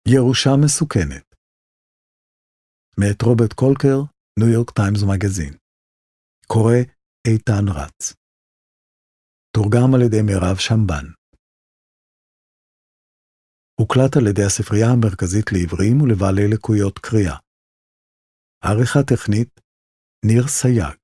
ירושה מסוכנת. מאת רוברט קולקר, ניו יורק טיימס מגזין. קורא איתן רץ. תורגם על ידי מירב שמבן. הוקלט על ידי הספרייה המרכזית לעיוורים ולבעלי לקויות קריאה. עריכה טכנית, ניר סייג.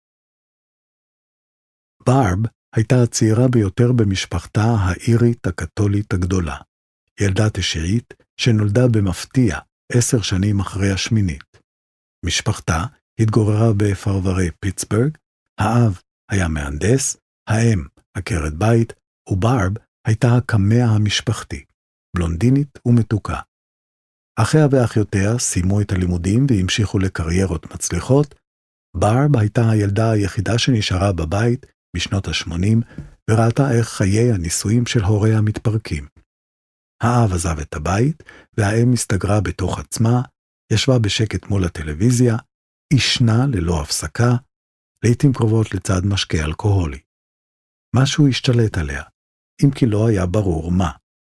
ברב הייתה הצעירה ביותר במשפחתה האירית הקתולית הגדולה. ילדה תשיעית שנולדה במפתיע 10 שנים אחרי השמינית. משפחתה התגוררה בפרברי פיטסבורג, האב היה מהנדס, האם עקרת בית, וברב הייתה הקמע המשפחתי, בלונדינית ומתוקה. אחיה ואחיותיה סיימו את הלימודים והמשיכו לקריירות מצליחות. ברב הייתה הילדה היחידה שנשארה בבית בשנות ה-80, וראתה איך חיי הנישואים של הוריה מתפרקים. האב עזב את הבית, והאם הסתגרה בתוך עצמה, ישבה בשקט מול הטלוויזיה, ישנה ללא הפסקה, לעתים קרובות לצד משקה אלכוהולי. משהו השתלט עליה, אם כי לא היה ברור מה.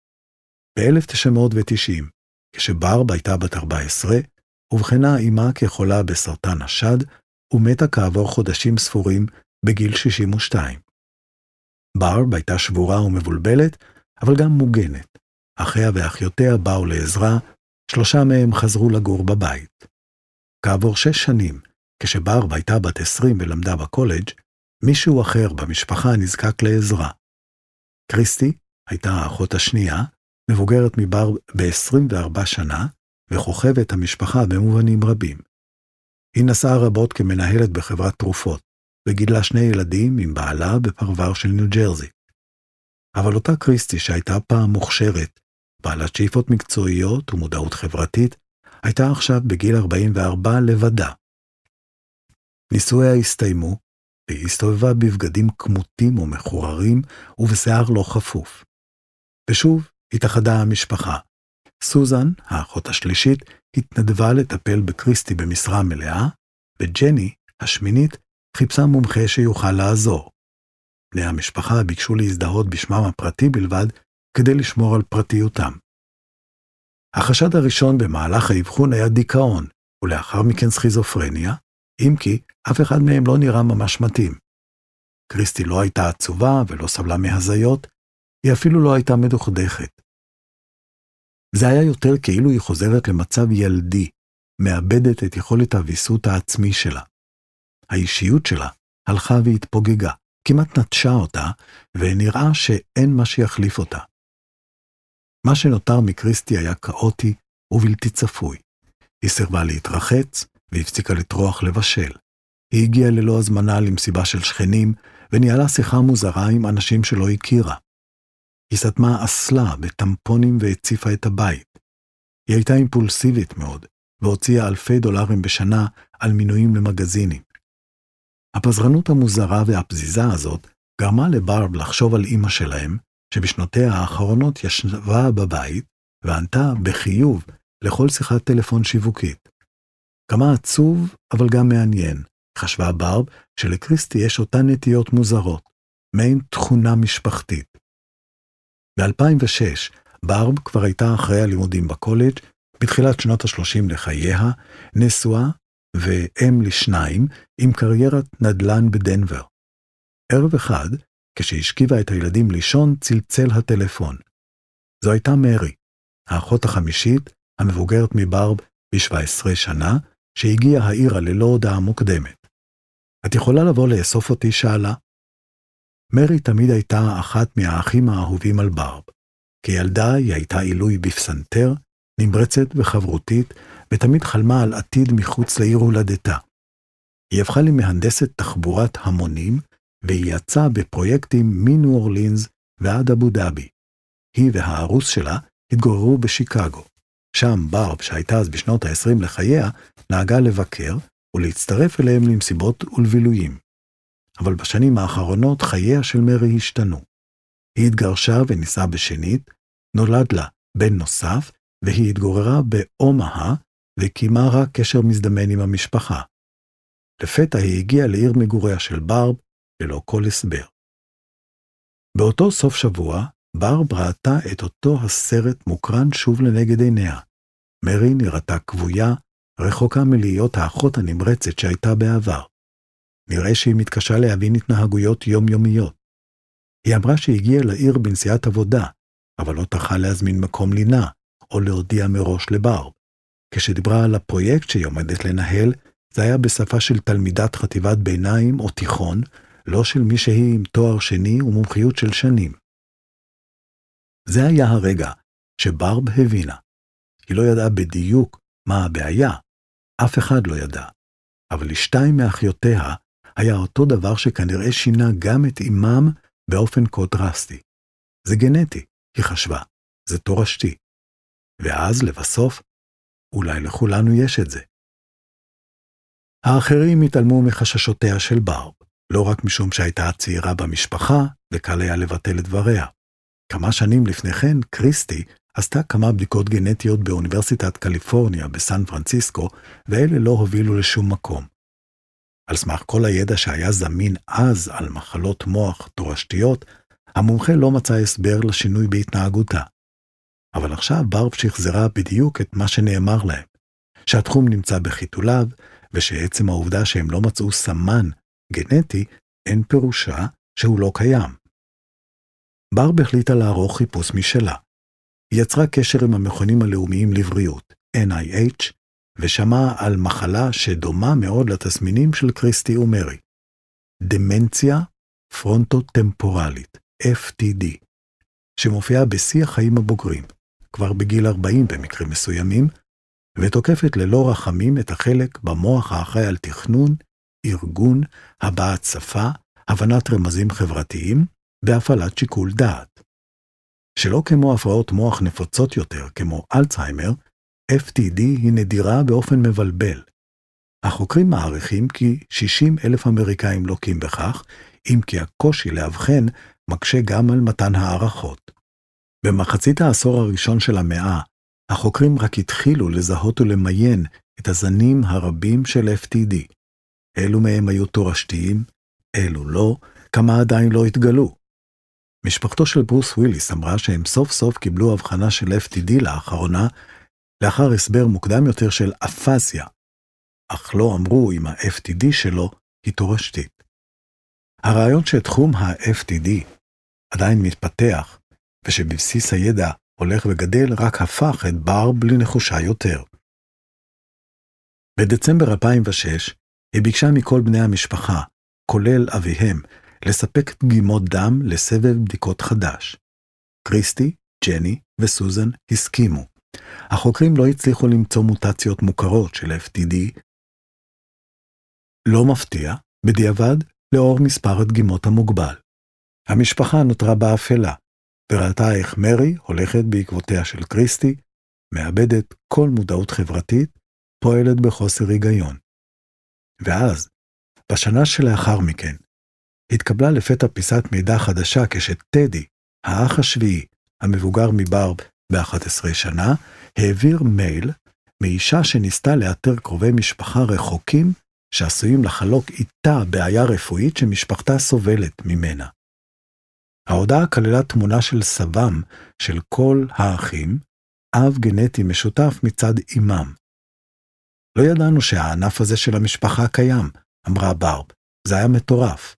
ב-1990, כשברב הייתה בת 14, ובחנה אימה כחולה בסרטן השד, ומתה כעבור חודשים ספורים בגיל 62. ברב הייתה שבורה ומבולבלת, אבל גם מוגנת. אחיה ואחיותיה באו לעזרה, 3 מהם חזרו לגור בבית. כעבור 6 שנים, כשברב הייתה בת 20 ולמדה בקולג', מישהו אחר במשפחה נזקק לעזרה. קריסטי הייתה האחות השנייה, מבוגרת מברב ב-24 שנה, וכוכבת המשפחה במובנים רבים. היא נסעה רבות כמנהלת בחברת תרופות, וגידלה 2 ילדים עם בעלה בפרבר של ניו ג'רזי. אבל אותה קריסטי שהייתה פעם מוכשרת, בעלת שאיפות מקצועיות ומודעות חברתית, הייתה עכשיו בגיל 44 לבדה. נישואיה הסתיימו, והיא הסתובבה בבגדים כמותים ומחוררים ובשיער לא חפוף. ושוב התאחדה המשפחה. סוזן, האחות השלישית, התנדבה לטפל בקריסטי במשרה מלאה, וג'ני, השמינית, חיפשה מומחה שיוכל לעזור. בני המשפחה ביקשו להזדהות בשמם הפרטי בלבד כדי לשמור על פרטיותם. החשד הראשון במהלך האבחון היה דיכאון, ולאחר מכן סכיזופרניה, אם כי אף אחד מהם לא נראה ממש מתאים. קריסטי לא הייתה עצובה ולא סבלה מהזיות, היא אפילו לא הייתה מדוכדכת. זה היה יותר כאילו היא חוזרת למצב ילדי, מאבדת את יכולת הוויסות העצמי שלה. האישיות שלה הלכה והתפוגגה, כמעט נטשה אותה, ונראה שאין מה שיחליף אותה. מה שנותר מקריסטי היה כאוטי ובלתי צפוי. היא סירבה להתרחץ, והפסיקה לטרוח לבשל. היא הגיעה ללא הזמנה למסיבה של שכנים, וניהלה שיחה מוזרה עם אנשים שלא הכירה. היא סתמה אסלה בטמפונים והציפה את הבית. היא הייתה אימפולסיבית מאוד, והוציאה $1000 בשנה על מינויים למגזינים. הפזרנות המוזרה והפזיזה הזאת גרמה לברב לחשוב על אמא שלהם, שבשנותיה האחרונות ישבה בבית, וענתה בחיוב לכל שיחת טלפון שיווקית. כמה עצוב, אבל גם מעניין, חשבה ברב שלקריסטי יש אותן נטיות מוזרות, מעין תכונה משפחתית. ב-2006, ברב כבר הייתה אחרי הלימודים בקולג', בתחילת שנות ה-30 לחייה, נשואה ואם לשניים עם קריירת נדל"ן בדנבר. ערב אחד, כשהשכיבה את הילדים לישון, צלצל הטלפון. זו הייתה מרי, האחות החמישית, המבוגרת מברב ב-17 שנה, שהגיעה העירה ללא הודעה מוקדמת. את יכולה לבוא לאסוף אותי? שאלה. מרי תמיד הייתה אחת מהאחים האהובים על ברב. כילדה היא הייתה עילוי בפסנתר, נמרצת וחברותית, ותמיד חלמה על עתיד מחוץ לעיר הולדתה. היא הפכה למהנדסת תחבורת המונים, והיא יצאה בפרויקטים מניו אורלינס ועד אבו דאבי. היא והארוס שלה התגוררו בשיקגו. שם ברב, שהייתה אז בשנות ה-20 לחייה, נהגה לבקר ולהצטרף אליהם למסיבות ולבילויים. אבל בשנים האחרונות חייה של מרי השתנו. היא התגרשה ונישאה בשנית, נולד לה בן נוסף, והיא התגוררה באומהה, וקיימה רק קשר מזדמן עם המשפחה. לפתע היא הגיעה לעיר מגוריה של ברב, ללא כל הסבר. באותו סוף שבוע, ברב ראתה את אותו הסרט מוקרן שוב לנגד עיניה. מרי נראתה כבויה, רחוקה מלהיות האחות הנמרצת שהייתה בעבר. נראה שהיא מתקשה להבין התנהגויות יומיומיות. היא אמרה שהגיעה לעיר בנסיעת עבודה, אבל לא תוכל להזמין מקום לינה, או להודיע מראש לברב. כשדיברה על הפרויקט שהיא עומדת לנהל, זה היה בשפה של תלמידת חטיבת ביניים או תיכון, לא של מישהי עם תואר שני ומומחיות של שנים. זה היה הרגע שברב הבינה. היא לא ידעה בדיוק מה הבעיה, אף אחד לא ידע. אבל לשתיים מאחיותיה היה אותו דבר שכנראה שינה גם את אמם באופן כה דרסטי. זה גנטי, היא חשבה, זה תורשתי. ואז לבסוף, אולי לכולנו יש את זה. האחרים התעלמו מחששותיה של ברב, לא רק משום שהייתה צעירה במשפחה וקל היה לבטל את דבריה. כמה שנים לפני כן, קריסטי עשתה כמה בדיקות גנטיות באוניברסיטת קליפורניה בסן פרנסיסקו, ואלה לא הובילו לשום מקום. על סמך כל הידע שהיה זמין אז על מחלות מוח תורשתיות, המומחה לא מצא הסבר לשינוי בהתנהגותה. אבל עכשיו ברב שחזרה בדיוק את מה שנאמר להם, שהתחום נמצא בחיתוליו, ושעצם העובדה שהם לא מצאו סמן גנטי, אין פירושה שהוא לא קיים. ברב החליטה לערוך חיפוש משלה. היא יצרה קשר עם המכונים הלאומיים לבריאות, NIH, ושמעה על מחלה שדומה מאוד לתסמינים של קריסטי ומרי. דמנציה פרונטוטמפורלית, FTD, שמופיעה בשיא החיים הבוגרים, כבר בגיל 40 במקרים מסוימים, ותוקפת ללא רחמים את החלק במוח האחראי על תכנון, ארגון, הבעת שפה, הבנת רמזים חברתיים, בהפעלת שיקול דעת. שלא כמו הפרעות מוח נפוצות יותר, כמו אלצהיימר, FTD היא נדירה באופן מבלבל. החוקרים מעריכים כי 60,000 אמריקאים לוקים בכך, אם כי הקושי להבחן מקשה גם על מתן הערכות. במחצית העשור הראשון של המאה, החוקרים רק התחילו לזהות ולמיין את הזנים הרבים של FTD. אלו מהם היו תורשתיים, אלו לא, כמה עדיין לא התגלו. משפחתו של ברוס וויליס אמרה שהם סוף סוף קיבלו הבחנה של FTD לאחרונה, לאחר הסבר מוקדם יותר של אפזיה, אך לא אמרו אם ה-FTD שלו היא תורשתית. הרעיון שתחום ה-FTD עדיין מתפתח, ושבבסיס הידע הולך וגדל רק הפך את ברב לנחושה יותר. בדצמבר 2006 היא ביקשה מכל בני המשפחה, כולל אביהם, לספק דגימות דם לסבב בדיקות חדש. קריסטי, ג'ני וסוזן הסכימו. החוקרים לא הצליחו למצוא מוטציות מוכרות של FTD. לא מפתיע, בדיעבד, לאור מספר הדגימות המוגבל. המשפחה נותרה באפלה, וראתה איך מרי הולכת בעקבותיה של קריסטי, מאבדת כל מודעות חברתית, פועלת בחוסר היגיון. ואז, בשנה שלאחר מכן, התקבלה לפתע פיסת מידע חדשה כשטדי, האח השביעי, המבוגר מברב ב-11 שנה, העביר מייל מאישה שניסתה לאתר קרובי משפחה רחוקים שעשויים לחלוק איתה בעיה רפואית שמשפחתה סובלת ממנה. ההודעה כללה תמונה של סבם של כל האחים, אב גנטי משותף מצד אמם. לא ידענו שהענף הזה של המשפחה קיים, אמרה ברב, זה היה מטורף.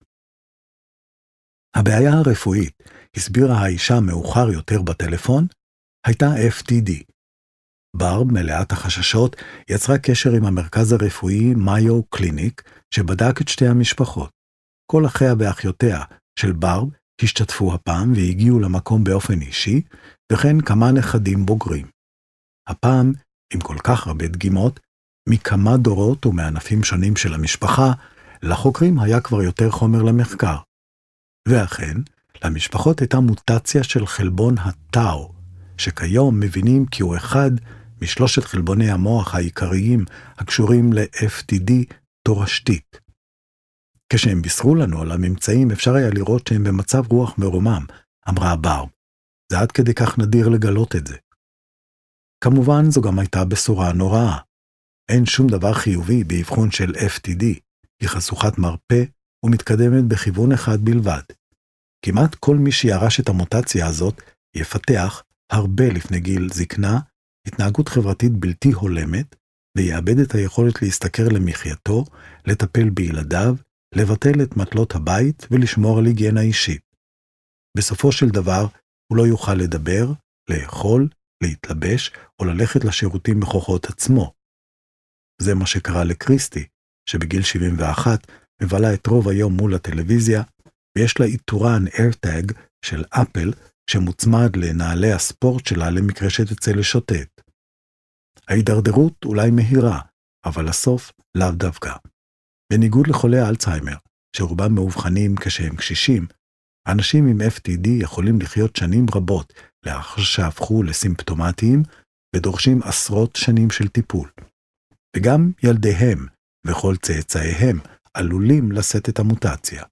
הבעיה הרפואית, הסבירה האישה מאוחר יותר בטלפון, הייתה FTD. ברב, מלאת החששות, יצרה קשר עם המרכז הרפואי מאיו קליניק, שבדק את שתי המשפחות. כל אחיה ואחיותיה של ברב השתתפו הפעם והגיעו למקום באופן אישי, וכן כמה נכדים בוגרים. הפעם, עם כל כך הרבה דגימות, מכמה דורות ומענפים שונים של המשפחה, לחוקרים היה כבר יותר חומר למחקר. ואכן, למשפחות הייתה מוטציה של חלבון הטאו, שכיום מבינים כי הוא אחד משלושת חלבוני המוח העיקריים הקשורים ל-FTD תורשתית. כשהם בישרו לנו על הממצאים אפשר היה לראות שהם במצב רוח מרומם, אמרה ברב. זה עד כדי כך נדיר לגלות את זה. כמובן זו גם הייתה בשורה נוראה. אין שום דבר חיובי באבחון של FTD, היא חשוכת מרפא ומתקדמת בכיוון אחד בלבד. כמעט כל מי שירש את המוטציה הזאת יפתח, הרבה לפני גיל זקנה, התנהגות חברתית בלתי הולמת, ויאבד את היכולת להשתכר למחייתו, לטפל בילדיו, לבטל את מטלות הבית ולשמור על היגיינה אישית. בסופו של דבר, הוא לא יוכל לדבר, לאכול, להתלבש או ללכת לשירותים בכוחות עצמו. זה מה שקרה לקריסטי, שבגיל 71 מבלה את רוב היום מול הטלוויזיה, ויש לה איתורן AirTag של אפל שמוצמד לנעלי הספורט שלה למקרה שתצא לשוטט. ההידרדרות אולי מהירה, אבל הסוף לאו דווקא. בניגוד לחולי אלצהיימר, שרובם מאובחנים כשהם קשישים, אנשים עם FTD יכולים לחיות שנים רבות לאחר שהפכו לסימפטומטיים ודורשים עשרות שנים של טיפול. וגם ילדיהם וכל צאצאיהם עלולים לשאת את המוטציה.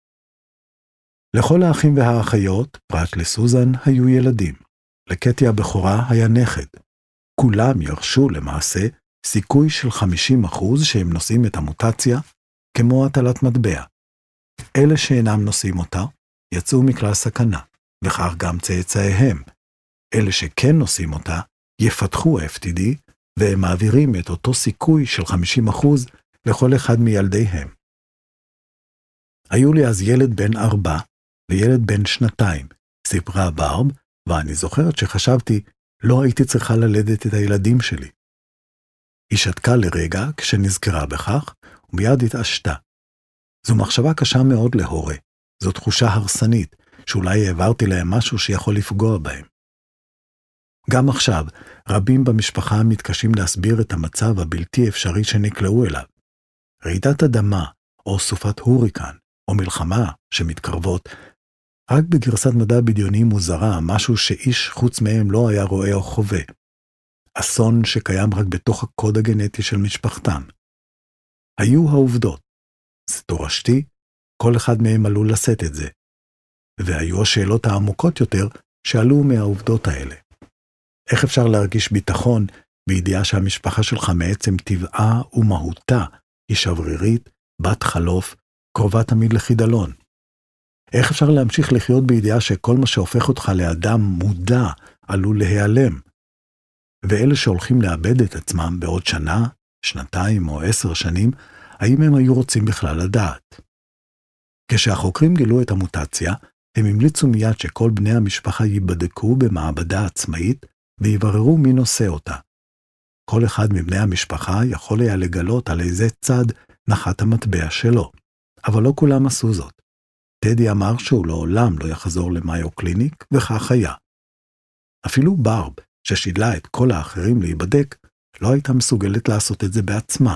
לכל האחים והאחיות, פרט לסוזן, היו ילדים. לקטי הבכורה היה נכד. כולם ירשו למעשה סיכוי של 50% שהם נושאים את המוטציה, כמו הטלת מטבע. אלה שאינם נושאים אותה, יצאו מכלל סכנה, וכך גם צאצאיהם. אלה שכן נושאים אותה, יפתחו FTD, והם מעבירים את אותו סיכוי של 50% לכל אחד מילדיהם. היו לי אז ילד בן 4 וילד בן 2, סיפרה ברב, ואני זוכרת שחשבתי, לא הייתי צריכה ללדת את הילדים שלי. היא שתקה לרגע כשנזכרה בכך, ומיד התעשתה. זו מחשבה קשה מאוד להורה. זו תחושה הרסנית, שאולי העברתי להם משהו שיכול לפגוע בהם. גם עכשיו, רבים במשפחה מתקשים להסביר את המצב הבלתי אפשרי שנקלעו אליו. רעידת אדמה, או סופת הוריקן, או מלחמה שמתקרבות, רק בגרסת מדע בדיוני מוזרה, משהו שאיש חוץ מהם לא היה רואה או חווה. אסון שקיים רק בתוך הקוד הגנטי של משפחתם. היו העובדות. זה תורשתי, כל אחד מהם עלול לשאת את זה. והיו השאלות העמוקות יותר שעלו מהעובדות האלה. איך אפשר להרגיש ביטחון בידיעה שהמשפחה שלך מעצם טבעה ומהותה היא שברירית, בת חלוף, קרובה תמיד לחידלון? איך אפשר להמשיך לחיות בידיעה שכל מה שהופך אותך לאדם מודע עלול להיעלם? ואלה שהולכים לאבד את עצמם בעוד שנה, שנתיים או 10 שנים, האם הם היו רוצים בכלל לדעת? כשהחוקרים גילו את המוטציה, הם המליצו מיד שכל בני המשפחה ייבדקו במעבדה עצמאית ויבררו מי נושא אותה. כל אחד מבני המשפחה יכול היה לגלות על איזה צד נחת המטבע שלו, אבל לא כולם עשו זאת. טדי אמר שהוא לעולם לא יחזור למיו קליניק, וכך היה. אפילו ברב, ששידלה את כל האחרים להיבדק, לא הייתה מסוגלת לעשות את זה בעצמה.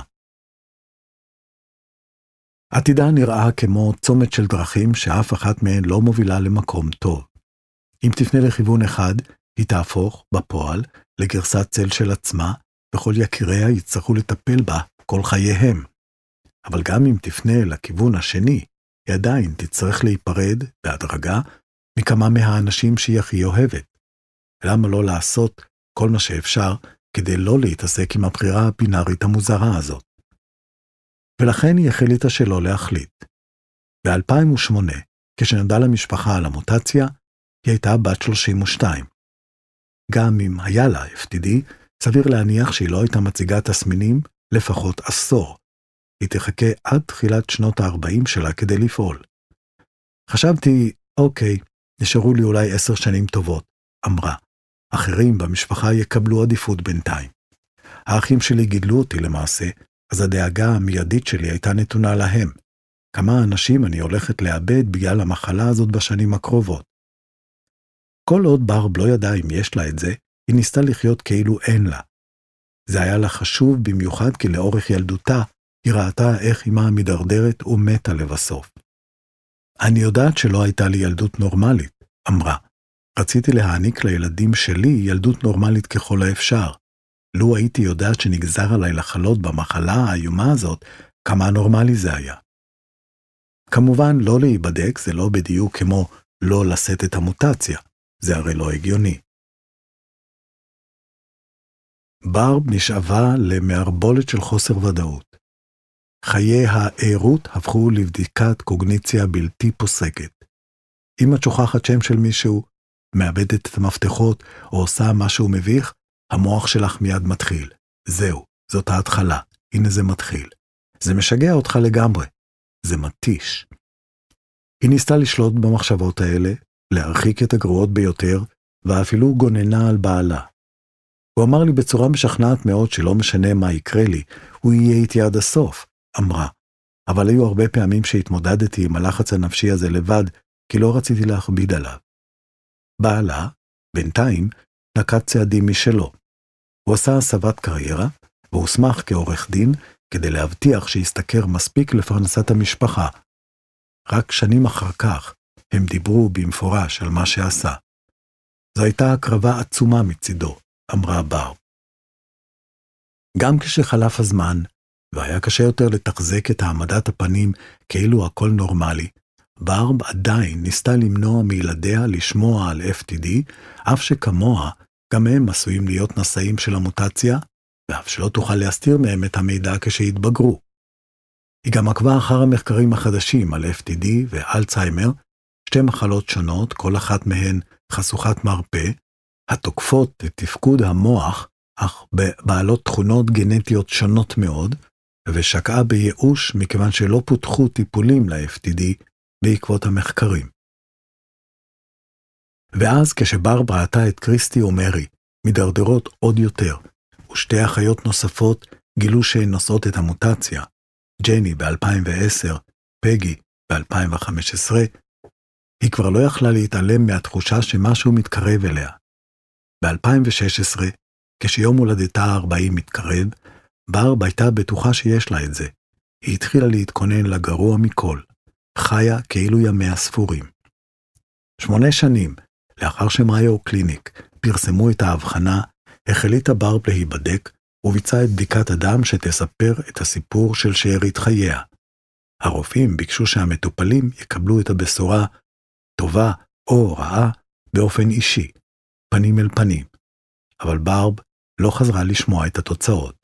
עתידה נראה כמו צומת של דרכים שאף אחת מהן לא מובילה למקום טוב. אם תפנה לכיוון אחד, היא תהפוך, בפועל, לגרסת צל של עצמה, וכל יקיריה יצטרכו לטפל בה כל חייהם. אבל גם אם תפנה לכיוון השני, היא עדיין תצטרך להיפרד, בהדרגה, מכמה מהאנשים שהיא הכי אוהבת. למה לא לעשות כל מה שאפשר כדי לא להתעסק עם הבחירה הבינארית המוזרה הזאת? ולכן היא החליטה שלא להחליט. ב-2008, כשנודע למשפחה על המוטציה, היא הייתה בת 32. גם אם היה לה FTD, סביר להניח שהיא לא הייתה מציגה תסמינים לפחות 10. היא תחכה עד תחילת שנות ה-40 שלה כדי לפעול. חשבתי, אוקיי, נשארו לי אולי 10 שנים טובות, אמרה. אחרים במשפחה יקבלו עדיפות בינתיים. האחים שלי גידלו אותי למעשה, אז הדאגה המיידית שלי הייתה נתונה להם. כמה אנשים אני הולכת לאבד בגלל המחלה הזאת בשנים הקרובות. כל עוד ברב לא ידע אם יש לה את זה, היא ניסתה לחיות כאילו אין לה. זה היה לה חשוב במיוחד כי לאורך ילדותה היא ראתה איך אמה מדרדרת ומתה לבסוף. אני יודעת שלא הייתה לי ילדות נורמלית, אמרה. רציתי להעניק לילדים שלי ילדות נורמלית ככל האפשר. לו הייתי יודעת שנגזר עליי לחלות במחלה האיומה הזאת, כמה נורמלי זה היה. כמובן, לא להיבדק זה לא בדיוק כמו לא לשאת את המוטציה. זה הרי לא הגיוני. ברב נשאבה למערבולת של חוסר ודאות. חיי הערות הפכו לבדיקת קוגניציה בלתי פוסקת. אם את שוכחת שם של מישהו, מאבדת את המפתחות או עושה משהו מביך, המוח שלך מיד מתחיל. זהו, זאת ההתחלה. הנה זה מתחיל. זה משגע אותך לגמרי. זה מתיש. היא ניסתה לשלוט במחשבות האלה, להרחיק את הגרועות ביותר, ואפילו גוננה על בעלה. הוא אמר לי בצורה משכנעת מאוד שלא משנה מה יקרה לי, הוא יהיה איתי עד הסוף, אמרה. אבל היו הרבה פעמים שהתמודדתי עם הלחץ הנפשי הזה לבד, כי לא רציתי להכביד עליו. בעלה, בינתיים, נקט צעדים משלו. הוא עשה הסבת קריירה, והוסמך כעורך דין, כדי להבטיח שיסתכר מספיק לפרנסת המשפחה. רק שנים אחר כך, הם דיברו במפורש על מה שעשה. זו הייתה הקרבה עצומה מצידו, אמרה ברב. גם כשחלף הזמן, והיה קשה יותר לתחזק את העמדת הפנים כאילו הכל נורמלי, ברב עדיין ניסתה למנוע מילדיה לשמוע על FTD, אף שכמוה גם הם עשויים להיות נשאים של המוטציה, ואף שלא תוכל להסתיר מהם את המידע כשהתבגרו. היא גם עקבה אחר המחקרים החדשים על FTD ואלצהיימר, שתי מחלות שונות, כל אחת מהן חשוכת מרפא, התוקפות את תפקוד המוח, אך בעלות תכונות גנטיות שונות מאוד, ושקעה בייאוש מכיוון שלא פותחו טיפולים ל-FTD בעקבות המחקרים. ואז כשברב ראתה את קריסטי ומרי מדרדרות עוד יותר, ושתי אחיות נוספות גילו שהן נושאות את המוטציה, ג'ני ב-2010, פגי ב-2015, היא כבר לא יכלה להתעלם מהתחושה שמשהו מתקרב אליה. ב-2016, כשיום הולדתה ה-40 מתקרב, ברב הייתה בטוחה שיש לה את זה. היא התחילה להתכונן לגרוע מכל, חיה כאילו ימיה ספורים. 8 שנים, לאחר שמאיו קליניק פרסמו את ההבחנה, החליטה ברב להיבדק, וביצעה את בדיקת הדם שתספר את הסיפור של שארית חייה. הרופאים ביקשו שהמטופלים יקבלו את הבשורה, טובה או רעה, באופן אישי, פנים אל פנים. אבל ברב לא חזרה לשמוע את התוצאות.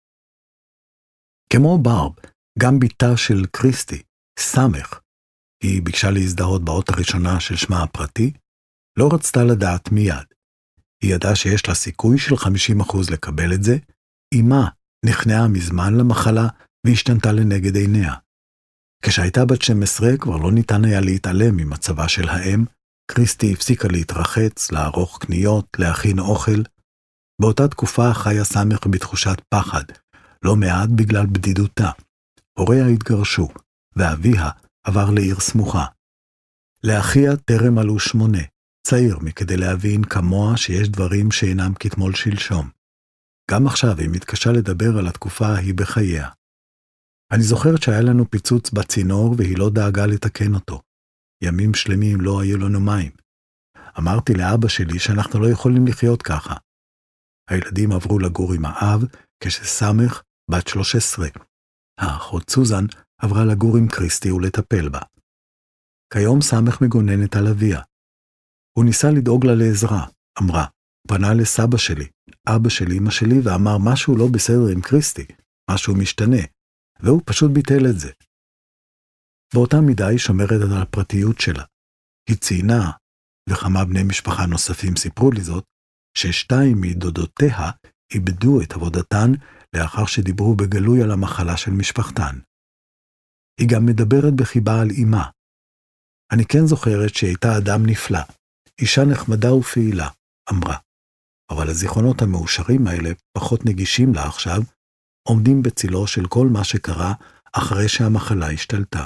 כמו ברב, גם ביתה של קריסטי, סמך, היא ביקשה להזדהות באות הראשונה של שמה הפרטי, לא רצתה לדעת מיד. היא ידעה שיש לה סיכוי של 50% לקבל את זה, אמה נכנעה מזמן למחלה והשתנתה לנגד עיניה. כשהייתה בת 12 כבר לא ניתן היה להתעלם ממצבה של האם, קריסטי הפסיקה להתרחץ, לערוך קניות, להכין אוכל. באותה תקופה חיה סמך בתחושת פחד, לא מעט בגלל בדידותה. הוריה התגרשו, ואביה עבר לעיר סמוכה. לאחיה טרם עלו 8, צעיר מכדי להבין כמוה שיש דברים שאינם כתמול שלשום. גם עכשיו היא מתקשה לדבר על התקופה ההיא בחייה. אני זוכרת שהיה לנו פיצוץ בצינור והיא לא דאגה לתקן אותו. ימים שלמים לא היו לנו מים. אמרתי לאבא שלי שאנחנו לא יכולים לחיות ככה. הילדים עברו לגור עם האב כשסמך בת 13. האחות סוזן עברה לגור עם קריסטי ולטפל בה. כיום סמך מגוננת על אביה. הוא ניסה לדאוג לה לעזרה, אמרה. פנה לסבא שלי, אבא של אמא שלי, ואמר משהו לא בסדר עם קריסטי, משהו משתנה, והוא פשוט ביטל את זה. באותה מידה היא שומרת על הפרטיות שלה. היא ציינה, וכמה בני משפחה נוספים סיפרו לי זאת, ששתיים מדודותיה איבדו את עבודתן לאחר שדיברו בגלוי על המחלה של משפחתן. היא גם מדברת בחיבה על אמה. אני כן זוכרת שהייתה אדם נפלא, אישה נחמדה ופעילה, אמרה. אבל הזיכרונות המאושרים האלה פחות נגישים לה עכשיו, עומדים בצילו של כל מה שקרה אחרי שהמחלה השתלטה.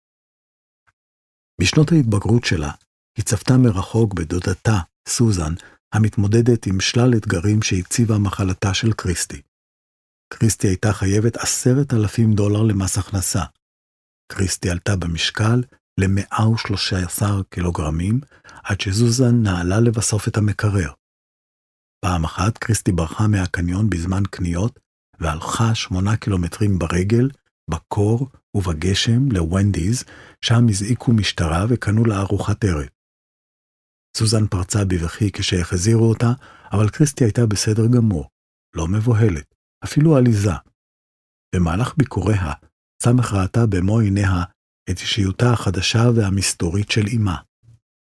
בשנות ההתבגרות שלה, היא צפתה מרחוק בדודתה, סוזן, המתמודדת עם שלל אתגרים שהציבה מחלתה של קריסטי. קריסטי הייתה חייבת $10,000 למס הכנסה. קריסטי עלתה במשקל ל-113 קילוגרמים, עד שסוזן נעלה לבסוף את המקרר. פעם אחת קריסטי ברחה מהקניון בזמן קניות, והלכה 8 קילומטרים ברגל, בקור ובגשם לוונדיז, שם הזעיקו משטרה וקנו לה ארוחת ערב. סוזן פרצה בבכי כשהחזירו אותה, אבל קריסטי הייתה בסדר גמור, לא מבוהלת, אפילו עליזה. במהלך ביקוריה, סמך ראתה במו עיניה את אישיותה החדשה והמסתורית של אמה.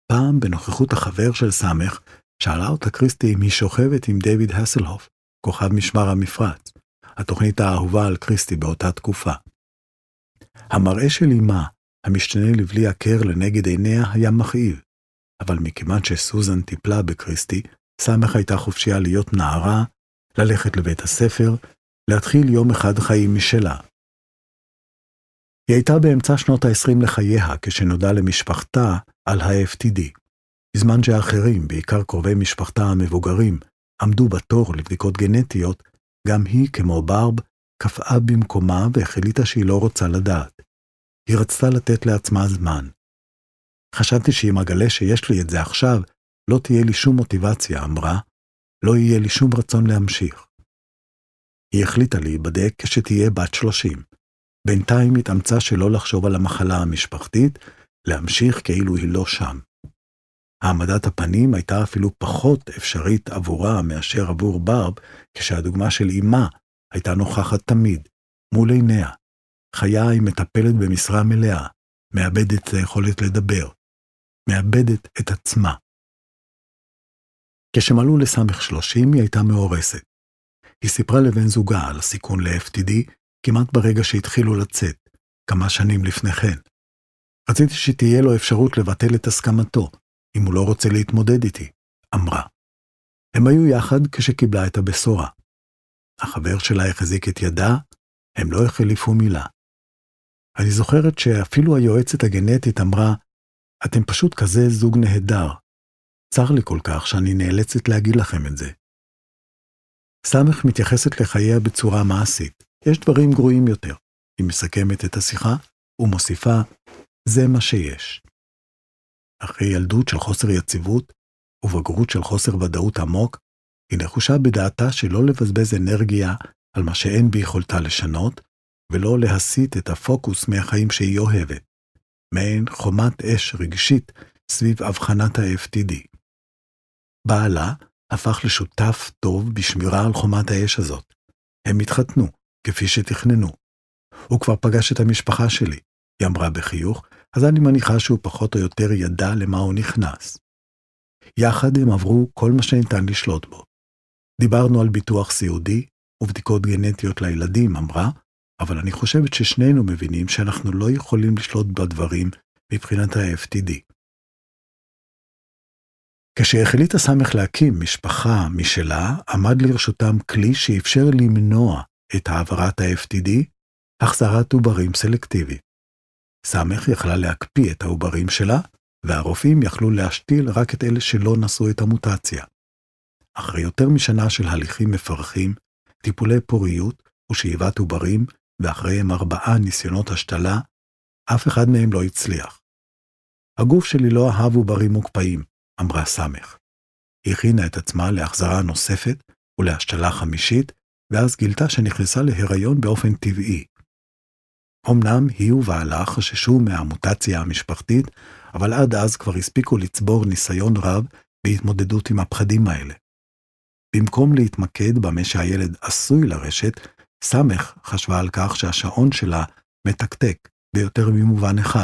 פעם בנוכחות החבר של סמך, שאלה אותה קריסטי אם היא שוכבת עם דיוויד הסלהוף, כוכב משמר המפרץ, התוכנית האהובה על קריסטי באותה תקופה. המראה של אמה, המשתנה לבלי הכר לנגד עיניה, היה מכאיב, אבל מכיוון שסוזן טיפלה בקריסטי, סמך הייתה חופשייה להיות נערה, ללכת לבית הספר, להתחיל יום אחד חיים משלה. היא הייתה באמצע שנות ה-20 לחייה כשנודע למשפחתה על ה-FTD. בזמן שאחרים, בעיקר קרובי משפחתה המבוגרים, עמדו בתור לבדיקות גנטיות, גם היא, כמו ברב, קפאה במקומה והחליטה שהיא לא רוצה לדעת. היא רצתה לתת לעצמה זמן. חשבתי שאם אגלה שיש לי את זה עכשיו, לא תהיה לי שום מוטיבציה, אמרה, לא יהיה לי שום רצון להמשיך. היא החליטה להיבדק כשתהיה בת 30. בינתיים התאמצה שלא לחשוב על המחלה המשפחתית, להמשיך כאילו היא לא שם. העמדת הפנים הייתה אפילו פחות אפשרית עבורה מאשר עבור ברב, כשהדוגמה של אמה הייתה נוכחת תמיד, מול עיניה. חיה היא מטפלת במשרה מלאה, מאבדת את היכולת לדבר, מאבדת את עצמה. כשמלאו לסמך 30 היא הייתה מאורסת. היא סיפרה לבן זוגה על הסיכון ל-FTD כמעט ברגע שהתחילו לצאת, כמה שנים לפני כן. רציתי שתהיה לו אפשרות לבטל את הסכמתו, אם הוא לא רוצה להתמודד איתי, אמרה. הם היו יחד כשקיבלה את הבשורה. החבר שלה החזיק את ידה, הם לא החליפו מילה. אני זוכרת שאפילו היועצת הגנטית אמרה, אתם פשוט כזה זוג נהדר. צר לי כל כך שאני נאלצת להגיד לכם את זה. סמך מתייחסת לחייה בצורה מעשית. יש דברים גרועים יותר. היא מסכמת את השיחה ומוסיפה, זה מה שיש. אחרי ילדות של חוסר יציבות ובגרות של חוסר ודאות עמוק, היא נחושה בדעתה שלא לבזבז אנרגיה על מה שאין ביכולתה לשנות, ולא להסיט את הפוקוס מהחיים שהיא אוהבת. מעין חומת אש רגשית סביב הבחנת ה-FTD. בעלה הפך לשותף טוב בשמירה על חומת האש הזאת. הם התחתנו, כפי שתכננו. הוא כבר פגש את המשפחה שלי, היא אמרה בחיוך, אז אני מניחה שהוא פחות או יותר ידע למה הוא נכנס. יחד הם עברו כל מה שניתן לשלוט בו. דיברנו על ביטוח סיעודי ובדיקות גנטיות לילדים, אמרה, אבל אני חושבת ששנינו מבינים שאנחנו לא יכולים לשלוט בדברים מבחינת ה-FTD. כשהחליטה סמך להקים משפחה משלה, עמד לרשותם כלי שאפשר למנוע את העברת ה-FTD, החזרת עוברים סלקטיבי. סמך יכלה להקפיא את העוברים שלה, והרופאים יכלו להשתיל רק את אלה שלא נשאו את המוטציה. אחרי יותר משנה של הליכים מפרכים, טיפולי פוריות ושאיבת עוברים, ואחריהם 4 ניסיונות השתלה, אף אחד מהם לא הצליח. הגוף שלי לא אהב עוברים מוקפאים, אמרה סמך. היא הכינה את עצמה להחזרה נוספת ולהשתלה חמישית, ואז גילתה שנכנסה להיריון באופן טבעי. אמנם היא ובעלה חששו מהמוטציה המשפחתית, אבל עד אז כבר הספיקו לצבור ניסיון רב בהתמודדות עם הפחדים האלה. במקום להתמקד במה שהילד עשוי לרשת, סמך חשבה על כך שהשעון שלה מתקתק ביותר ממובן אחד.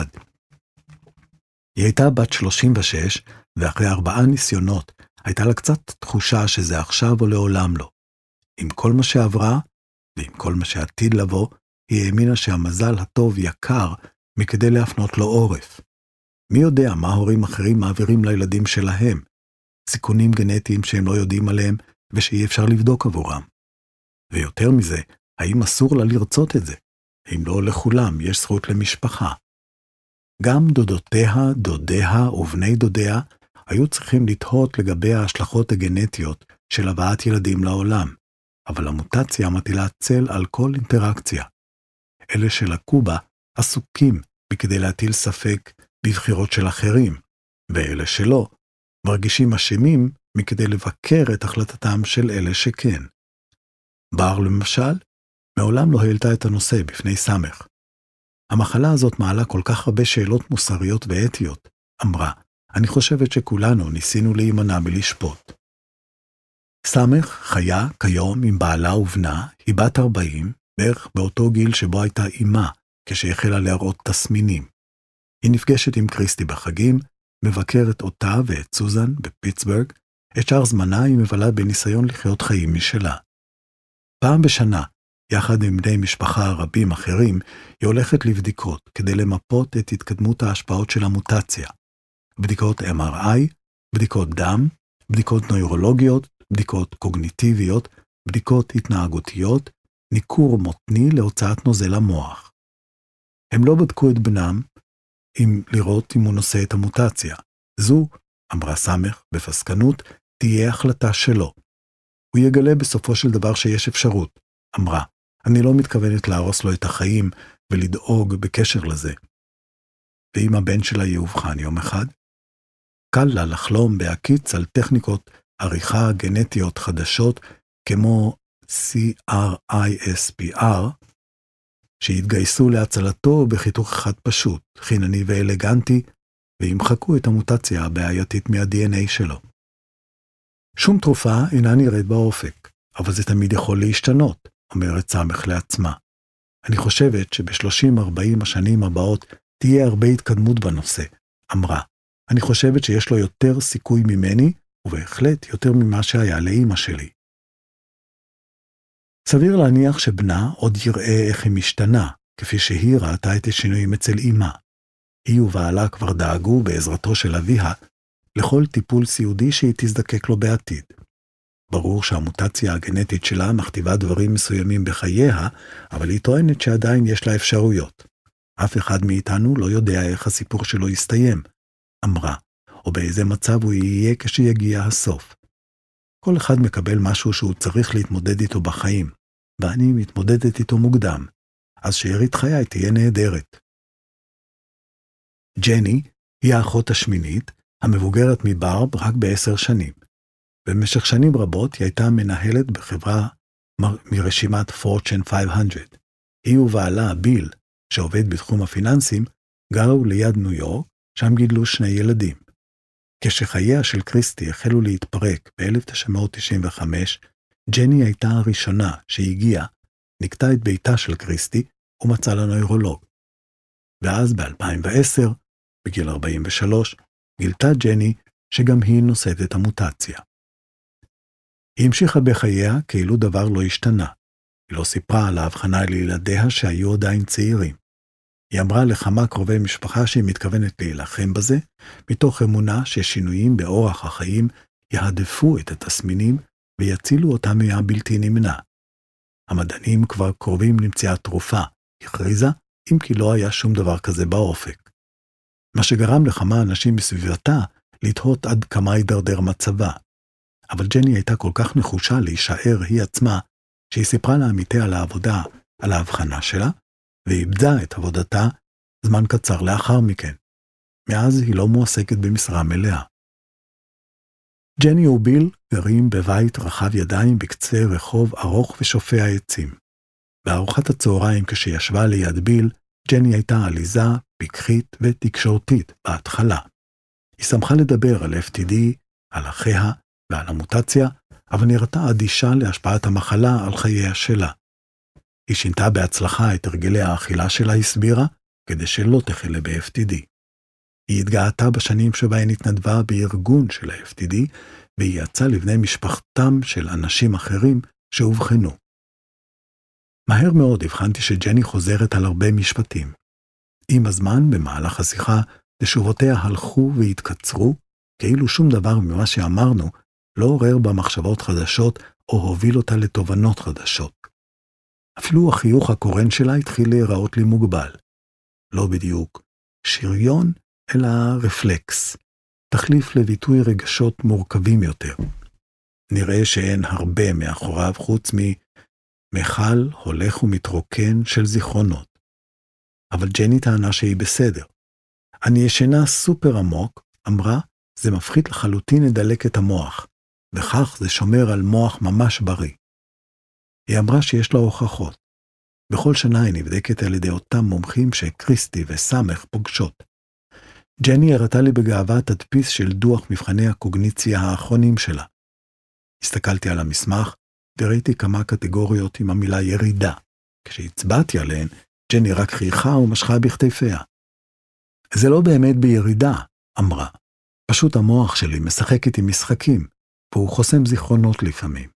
היא הייתה בת 36, ואחרי 4 ניסיונות הייתה לה קצת תחושה שזה עכשיו או לעולם לא. עם כל מה שעברה, ועם כל מה שעתיד לבוא, היא האמינה שהמזל הטוב יקר מכדי להפנות לו עורף. מי יודע מה הורים אחרים מעבירים לילדים שלהם, סיכונים גנטיים שהם לא יודעים עליהם ושאי אפשר לבדוק עבורם. ויותר מזה, האם אסור לה לרצות את זה? אם לא לכולם יש זכות למשפחה. גם דודותיה, דודיה ובני דודיה היו צריכים לתהות לגבי ההשלכות הגנטיות של הבאת ילדים לעולם, אבל המוטציה מטילה צל על כל אינטראקציה. אלה שלקו בה עסוקים בכדי להטיל ספק בבחירות של אחרים, ואלה שלא מרגישים אשמים מכדי לבקר את החלטתם של אלה שכן. בר למשל, מעולם לא העלתה את הנושא בפני סמך. המחלה הזאת מעלה כל כך הרבה שאלות מוסריות ואתיות, אמרה, אני חושבת שכולנו ניסינו להימנע מלשפוט. סמך חיה כיום עם בעלה ובנה, היא בת 40, בערך באותו גיל שבו הייתה אימה, כשהחלה להראות תסמינים. היא נפגשת עם קריסטי בחגים, מבקרת אותה ואת סוזן בפיטסבורג, את שאר זמנה היא מבלה בניסיון לחיות חיים משלה. פעם בשנה, יחד עם בני משפחה רבים אחרים, היא הולכת לבדיקות כדי למפות את התקדמות ההשפעות של המוטציה. בדיקות MRI, בדיקות דם, בדיקות נוירולוגיות, בדיקות קוגניטיביות, בדיקות התנהגותיות, ניכור מותני להוצאת נוזל המוח. הם לא בדקו את בנם אם לראות אם הוא נושא את המוטציה. זו, אמרה סמך בפסקנות, תהיה החלטה שלו. הוא יגלה בסופו של דבר שיש אפשרות, אמרה. אני לא מתכוונת להרוס לו את החיים ולדאוג בקשר לזה. ואם הבן שלה יאובחן יום אחד, קל לה לחלום בהקיץ על טכניקות עריכה גנטיות חדשות כמו CRISPR, שהתגייסו להצלתו בחיתוך אחד פשוט, חינני ואלגנטי, וימחקו את המוטציה הבעייתית מה-DNA שלו. שום תרופה אינה נראית באופק, אבל זה תמיד יכול להשתנות, אומרת סמך לעצמה. אני חושבת שב-30-40 השנים הבאות תהיה הרבה התקדמות בנושא, אמרה. אני חושבת שיש לו יותר סיכוי ממני, ובהחלט יותר ממה שהיה לאמא שלי. סביר להניח שבנה עוד יראה איך היא משתנה, כפי שהיא ראתה את השינויים אצל אמא. היא ובעלה כבר דאגו בעזרתו של אביה לכל טיפול סיעודי שהיא תזדקק לו בעתיד. ברור שהמוטציה הגנטית שלה מכתיבה דברים מסוימים בחייה, אבל היא טוענת שעדיין יש לה אפשרויות. אף אחד מאיתנו לא יודע איך הסיפור שלו יסתיים, אמרה, או באיזה מצב הוא יהיה כשיגיע הסוף. כל אחד מקבל משהו שהוא צריך להתמודד איתו בחיים, ואני מתמודדת איתו מוקדם, אז שארית חיי תהיה נהדרת. ג'ני היא האחות השמינית, המבוגרת מברב רק ב10 שנים. במשך שנים רבות היא הייתה מנהלת בחברה מרשימת Fortune 500. היא ובעלה ביל, שעובד בתחום הפיננסים, גרו ליד ניו יורק, שם גידלו 2 ילדים. כשחייה של קריסטי החלו להתפרק ב-1995, ג'ני הייתה הראשונה שהגיעה, נקטה את ביתה של קריסטי ומצאה לנוירולוג. ואז ב-2010, בגיל 43, גילתה ג'ני שגם היא נושאת את המוטציה. היא המשיכה בחייה כאילו דבר לא השתנה. היא לא סיפרה על ההבחנה לילדיה שהיו עדיין צעירים. היא אמרה לכמה קרובי משפחה שהיא מתכוונת להילחם בזה, מתוך אמונה ששינויים באורח החיים יהדפו את התסמינים ויצילו אותם מהבלתי נמנע. המדענים כבר קרובים למציאת תרופה, הכריזה, אם כי לא היה שום דבר כזה באופק. מה שגרם לכמה אנשים בסביבתה לתהות עד כמה הידרדר מצבה. אבל ג'ני הייתה כל כך נחושה להישאר היא עצמה, שהיא סיפרה לעמיתיה על העבודה, על ההבחנה שלה, ואיבדה את עבודתה זמן קצר לאחר מכן. מאז היא לא מועסקת במשרה מלאה. ג'ני וביל גרים בבית רחב ידיים בקצה רחוב ארוך ושופע עצים. בארוחת הצהריים כשישבה ליד ביל, ג'ני הייתה עליזה, פיקחית ותקשורתית בהתחלה. היא שמחה לדבר על FTD, על אחיה ועל המוטציה, אבל נראתה אדישה להשפעת המחלה על חייה שלה. היא שינתה בהצלחה את הרגלי האכילה שלה, הסבירה, כדי שלא תחלה ב-FTD. היא התגאתה בשנים שבהן התנדבה בארגון של ה-FTD, והיא יצאה לבני משפחתם של אנשים אחרים שהובחנו. מהר מאוד הבחנתי שג'ני חוזרת על הרבה משפטים. עם הזמן, במהלך השיחה, תשובותיה הלכו והתקצרו, כאילו שום דבר ממה שאמרנו לא עורר בה מחשבות חדשות או הוביל אותה לתובנות חדשות. אפילו החיוך הקורן שלה התחיל להיראות לי מוגבל. לא בדיוק שריון, אלא רפלקס, תחליף לביטוי רגשות מורכבים יותר. נראה שאין הרבה מאחוריו חוץ ממחל הולך ומתרוקן של זיכרונות. אבל ג'ני טענה שהיא בסדר. אני ישנה סופר עמוק, אמרה, זה מפחית לחלוטין לדלק את המוח, וכך זה שומר על מוח ממש בריא. היא אמרה שיש לה הוכחות. בכל שנה היא נבדקת על ידי אותם מומחים שקריסטי וסמך פוגשות. ג'ני הראתה לי בגאווה תדפיס של דוח מבחני הקוגניציה האחרונים שלה. הסתכלתי על המסמך וראיתי כמה קטגוריות עם המילה ירידה. כשהצבעתי עליהן, ג'ני רק חייכה ומשכה בכתפיה. זה לא באמת בירידה, אמרה. פשוט המוח שלי משחק איתי משחקים, והוא חוסם זיכרונות לפעמים.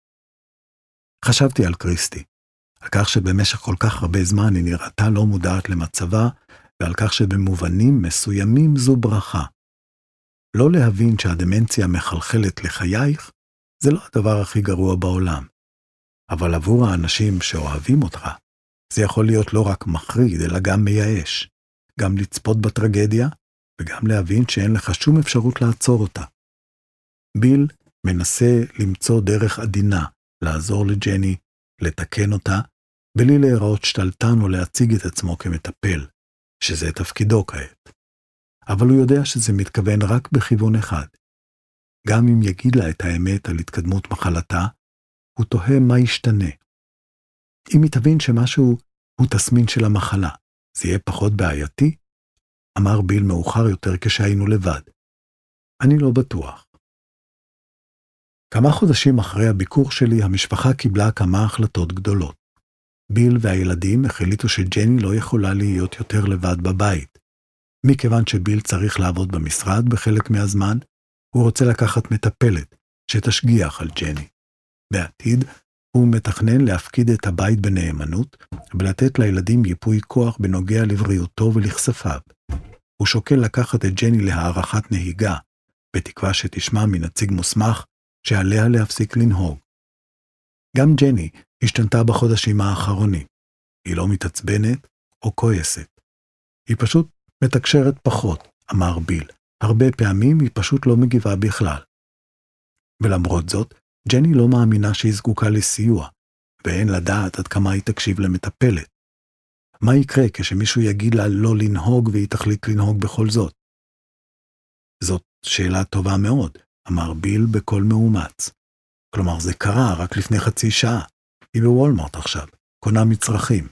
חשבתי על קריסטי, על כך שבמשך כל כך הרבה זמן היא נראתה לא מודעת למצבה, ועל כך שבמובנים מסוימים זו ברכה. לא להבין שהדמנציה מחלחלת לחייך, זה לא הדבר הכי גרוע בעולם. אבל עבור האנשים שאוהבים אותך, זה יכול להיות לא רק מחריד, אלא גם מייאש. גם לצפות בטרגדיה, וגם להבין שאין לך שום אפשרות לעצור אותה. ביל מנסה למצוא דרך עדינה, לעזור לג'ני, לתקן אותה, בלי להיראות שתלטן או להציג את עצמו כמטפל, שזה תפקידו כעת. אבל הוא יודע שזה מתכוון רק בכיוון אחד. גם אם יגיד לה את האמת על התקדמות מחלתה, הוא תוהה מה ישתנה. אם היא תבין שמשהו הוא תסמין של המחלה, זה יהיה פחות בעייתי? אמר ביל מאוחר יותר כשהיינו לבד. אני לא בטוח. כמה חודשים אחרי הביקור שלי, המשפחה קיבלה כמה החלטות גדולות. ביל והילדים החליטו שג'ני לא יכולה להיות יותר לבד בבית. מכיוון שביל צריך לעבוד במשרד בחלק מהזמן, הוא רוצה לקחת מטפלת שתשגיח על ג'ני. בעתיד הוא מתכנן להפקיד את הבית בנאמנות ולתת לילדים ייפוי כוח בנוגע לבריאותו ולכספיו. הוא שוקל לקחת את ג'ני להערכת נהיגה, בתקווה שתשמע מנציג מוסמך שעליה להפסיק לנהוג. גם ג'ני השתנתה בחודשים האחרונים. היא לא מתעצבנת או כועסת. היא פשוט מתקשרת פחות, אמר ביל. הרבה פעמים היא פשוט לא מגיבה בכלל. ולמרות זאת, ג'ני לא מאמינה שהיא זקוקה לסיוע, ואין לדעת עד כמה היא תקשיב למטפלת. מה יקרה כשמישהו יגיד לה לא לנהוג והיא תחליט לנהוג בכל זאת? זאת שאלה טובה מאוד, אמר ביל בקול מאומץ. כלומר, זה קרה רק לפני חצי שעה. היא בוולמרט עכשיו, קונה מצרכים.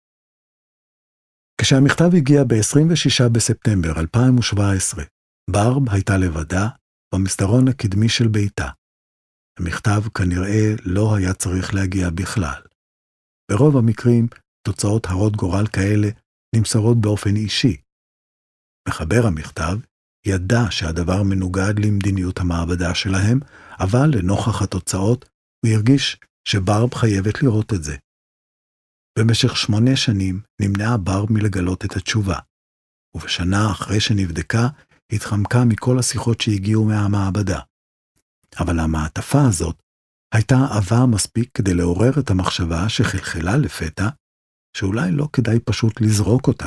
כשהמכתב הגיע ב-26 בספטמבר 2017, ברב הייתה לבדה במסדרון הקדמי של ביתה. המכתב כנראה לא היה צריך להגיע בכלל. ברוב המקרים, תוצאות הרות גורל כאלה נמסרות באופן אישי. מחבר המכתב ידע שהדבר מנוגד למדיניות המעבדה שלהם, אבל לנוכח התוצאות הוא הרגיש שברב חייבת לראות את זה. במשך 8 שנים נמנעה ברב מלגלות את התשובה, ובשנה אחרי שנבדקה התחמקה מכל השיחות שהגיעו מהמעבדה. אבל המעטפה הזאת הייתה עבה מספיק כדי לעורר את המחשבה שחלחלה לפתע, שאולי לא כדאי פשוט לזרוק אותה.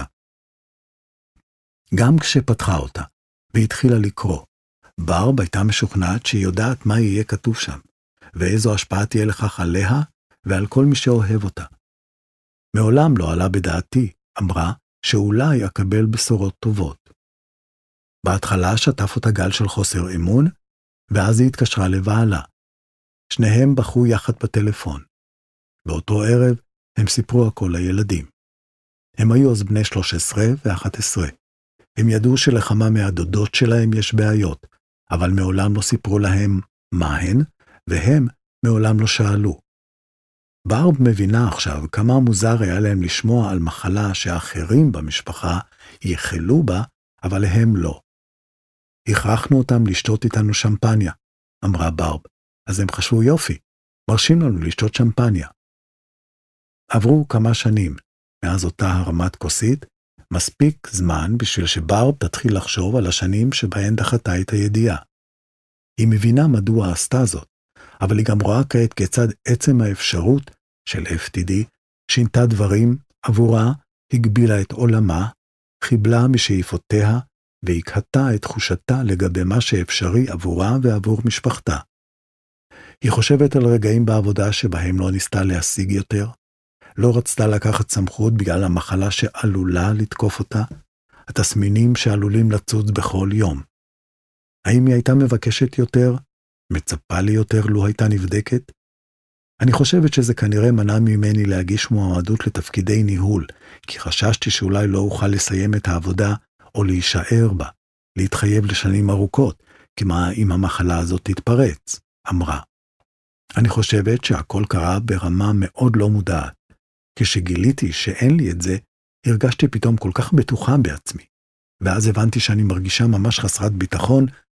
גם כשפתחה אותה והתחילה לקרוא, ברב הייתה משוכנעת שהיא יודעת מה יהיה כתוב שם, ואיזו השפעה תהיה לכך עליה ועל כל מי שאוהב אותה. מעולם לא עלה בדעתי, אמרה, שאולי אקבל בשורות טובות. בהתחלה שטף אותה גל של חוסר אמון, ואז היא התקשרה לבעלה. שניהם בחרו יחד בטלפון. באותו ערב הם סיפרו הכל לילדים. הם היו אז בני 13 ו-11. הם ידעו שלכמה מהדודות שלהם יש בעיות, אבל מעולם לא סיפרו להם מה הן, והם מעולם לא שאלו. ברב מבינה עכשיו כמה מוזר היה להם לשמוע על מחלה שאחרים במשפחה יחלו בה, אבל הם לא. הכרחנו אותם לשתות איתנו שמפניה, אמרה ברב, אז הם חשבו יופי, מרשים לנו לשתות שמפניה. עברו כמה שנים, מאז אותה הרמת כוסית, מספיק זמן בשביל שברב תתחיל לחשוב על השנים שבהן דחתה את הידיעה. היא מבינה מדוע עשתה זאת, אבל היא גם רואה כעת כיצד עצם האפשרות של FTD שינתה דברים עבורה, הגבילה את עולמה, חיבלה משאיפותיה והקהתה את תחושתה לגבי מה שאפשרי עבורה ועבור משפחתה. היא חושבת על רגעים בעבודה שבהם לא ניסתה להשיג יותר, לא רצתה לקחת סמכות בגלל המחלה שעלולה לתקוף אותה, התסמינים שעלולים לצוץ בכל יום. האם היא הייתה מבקשת יותר? מצפה לי יותר לו הייתה נבדקת? אני חושבת שזה כנראה מנע ממני להגיש מועמדות לתפקידי ניהול, כי חששתי שאולי לא אוכל לסיים את העבודה או להישאר בה, להתחייב לשנים ארוכות, כי מה אם המחלה הזאת תתפרץ, אמרה. אני חושבת שהכל קרה ברמה מאוד לא מודעת. כשגיליתי שאין לי את זה, הרגשתי פתאום כל כך בטוחה בעצמי, ואז הבנתי שאני מרגישה ממש חסרת ביטחון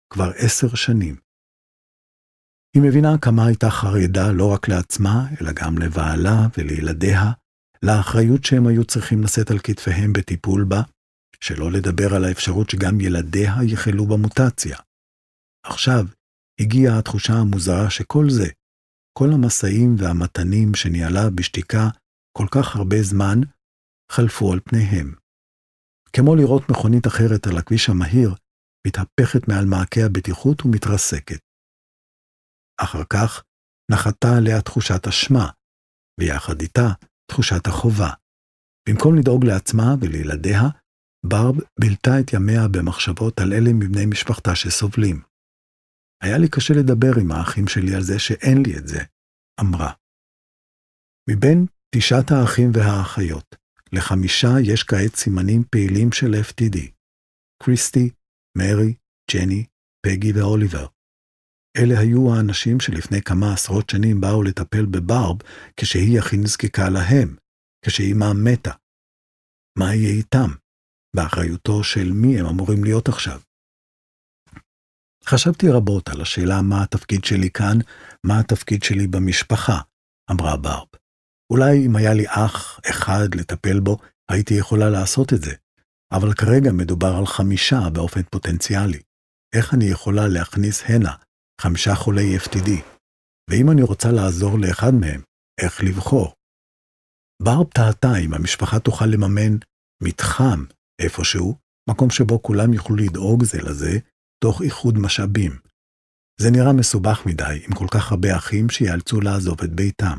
כבר 10 שנים. היא מבינה כמה הייתה חרדה לא רק לעצמה, אלא גם לבעלה ולילדיה, לאחריות שהם היו צריכים לשאת על כתפיהם בטיפול בה, שלא לדבר על האפשרות שגם ילדיה יחלו במוטציה. עכשיו הגיעה התחושה המוזרה שכל זה, כל המסעים והמתנים שניהלה בשתיקה כל כך הרבה זמן, חלפו על פניהם. כמו לראות מכונית אחרת על הכביש המהיר, מתהפכת מעל מעקה הבטיחות ומתרסקת. אחר כך נחתה עליה תחושת אשמה, ויחד איתה תחושת החובה. במקום לדאוג לעצמה ולילדיה, ברב בילתה את ימיה במחשבות על אלה מבני משפחתה שסובלים. היה לי קשה לדבר עם האחים שלי על זה שאין לי את זה, אמרה. מבין 9 האחים והאחיות, ל5 יש כעת סימנים פעילים של FTD. קריסטי, מרי, ג'ני, פגי ואוליבר. אלה היו האנשים שלפני כמה עשרות שנים באו לטפל בברב כשהיא הכי נזקקה להם, כשאימה מתה. מה יהיה איתם? באחריותו של מי הם אמורים להיות עכשיו? חשבתי רבות על השאלה מה התפקיד שלי כאן, מה התפקיד שלי במשפחה, אמרה ברב. אולי אם היה לי אח אחד לטפל בו, הייתי יכולה לעשות את זה, אבל כרגע מדובר על 5 באופן פוטנציאלי. איך אני יכולה להכניס הנה 5 חולי FTD? ואם אני רוצה לעזור לאחד מהם, איך לבחור? ברב תהתה אם המשפחה תוכל לממן מתחם איפשהו, מקום שבו כולם יוכלו לדאוג זה לזה, תוך איחוד משאבים. זה נראה מסובך מדי עם כל כך הרבה אחים שיאלצו לעזוב את ביתם.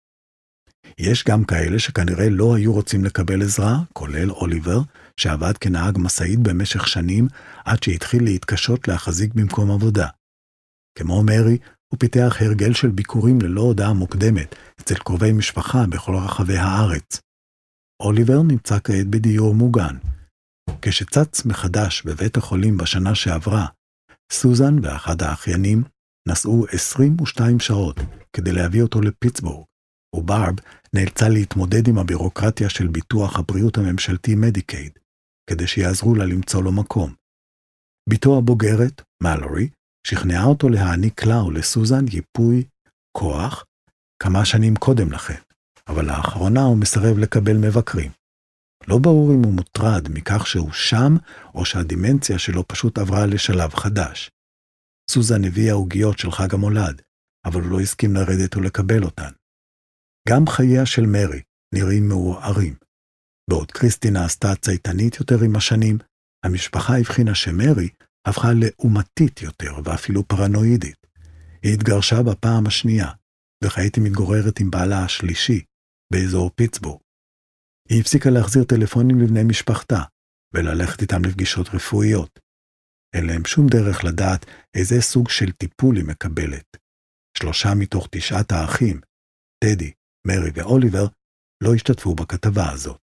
יש גם כאלה שכנראה לא היו רוצים לקבל עזרה, כולל אוליבר, שעבד כנהג משאית במשך שנים עד שהתחיל להתקשות להחזיק במקום עבודה. כמו מרי, הוא פיתח הרגל של ביקורים ללא הודעה מוקדמת אצל קרובי משפחה בכל רחבי הארץ. אוליבר נמצא כעת בדיור מוגן. כשצץ מחדש בבית החולים בשנה שעברה, סוזן ואחד האחיינים נסעו 22 שעות כדי להביא אותו לפיטסבורג, וברב נאלצה להתמודד עם הבירוקרטיה של ביטוח הבריאות הממשלתי מדיקייד, כדי שיעזרו לה למצוא לו מקום. ביתו הבוגרת, מלורי, שכנעה אותו להעניק לה ולסוזן ייפוי כוח כמה שנים קודם לכן, אבל לאחרונה הוא מסרב לקבל מבקרים. לא ברור אם הוא מוטרד מכך שהוא שם, או שהדימנציה שלו פשוט עברה לשלב חדש. סוזן הביאה עוגיות של חג המולד, אבל הוא לא הסכים לרדת ולקבל אותן. גם חייה של מרי נראים מעורערים. בעוד קריסטינה עשתה צייתנית יותר עם השנים, המשפחה הבחינה שמרי הפכה לאומתית יותר ואפילו פרנואידית. היא התגרשה בפעם השנייה, וכעת היא מתגוררת עם בעלה השלישי, באזור פיטסבורג. היא הפסיקה להחזיר טלפונים לבני משפחתה, וללכת איתם לפגישות רפואיות. אין להם שום דרך לדעת איזה סוג של טיפול היא מקבלת. 3 מתוך 9 האחים, טדי, מרי ואוליבר, לא השתתפו בכתבה הזאת.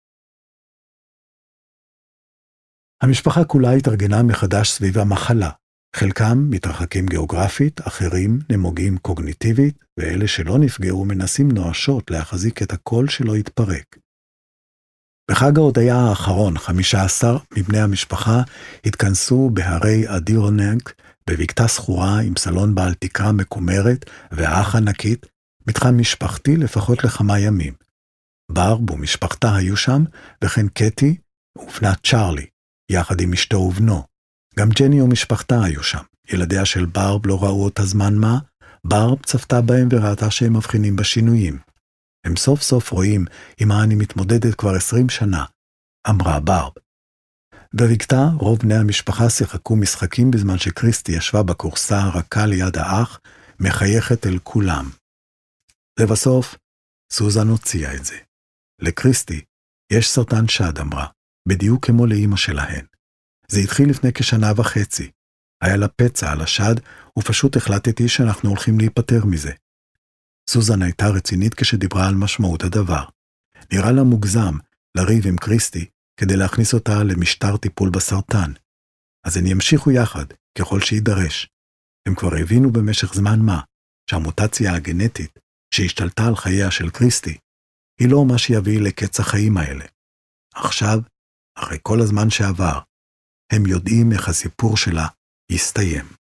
המשפחה כולה התארגנה מחדש סביב המחלה. חלקם מתרחקים גיאוגרפית, אחרים נמוגים קוגניטיבית, ואלה שלא נפגעו מנסים נואשות להחזיק את הקול שלא יתפרק. בחג ההודיה האחרון, 15 מבני המשפחה התכנסו בהרי אדירונק, בבקתה סחורה עם סלון בעל תקרה מקומרת ואח ענקית, מתחם משפחתי לפחות לכמה ימים. ברב ומשפחתה היו שם, וכן קטי ובנת צ'רלי, יחד עם אשתו ובנו. גם ג'ני ומשפחתה היו שם. ילדיה של ברב לא ראו אותה זמן מה, ברב צפתה בהם וראתה שהם מבחינים בשינויים. הם סוף סוף רואים עם מה אני מתמודדת כבר 20 שנה, אמרה ברב. בבקתה רוב בני המשפחה שיחקו משחקים בזמן שקריסטי ישבה בקורסה הרכה ליד האח, מחייכת אל כולם. לבסוף, סוזן הוציאה את זה. לקריסטי יש סרטן שד, אמרה, בדיוק כמו לאמא שלהן. זה התחיל לפני כשנה וחצי. היה לה פצע על השד, ופשוט החלטתי שאנחנו הולכים להיפטר מזה. סוזן הייתה רצינית כשדיברה על משמעות הדבר. נראה לה מוגזם לריב עם קריסטי כדי להכניס אותה למשטר טיפול בסרטן. אז הם ימשיכו יחד ככל שידרש. הם כבר הבינו במשך זמן מה שהמוטציה הגנטית שהשתלטה על חייה של קריסטי היא לא מה שיביא לקץ החיים האלה. עכשיו, אחרי כל הזמן שעבר, הם יודעים איך הסיפור שלה יסתיים.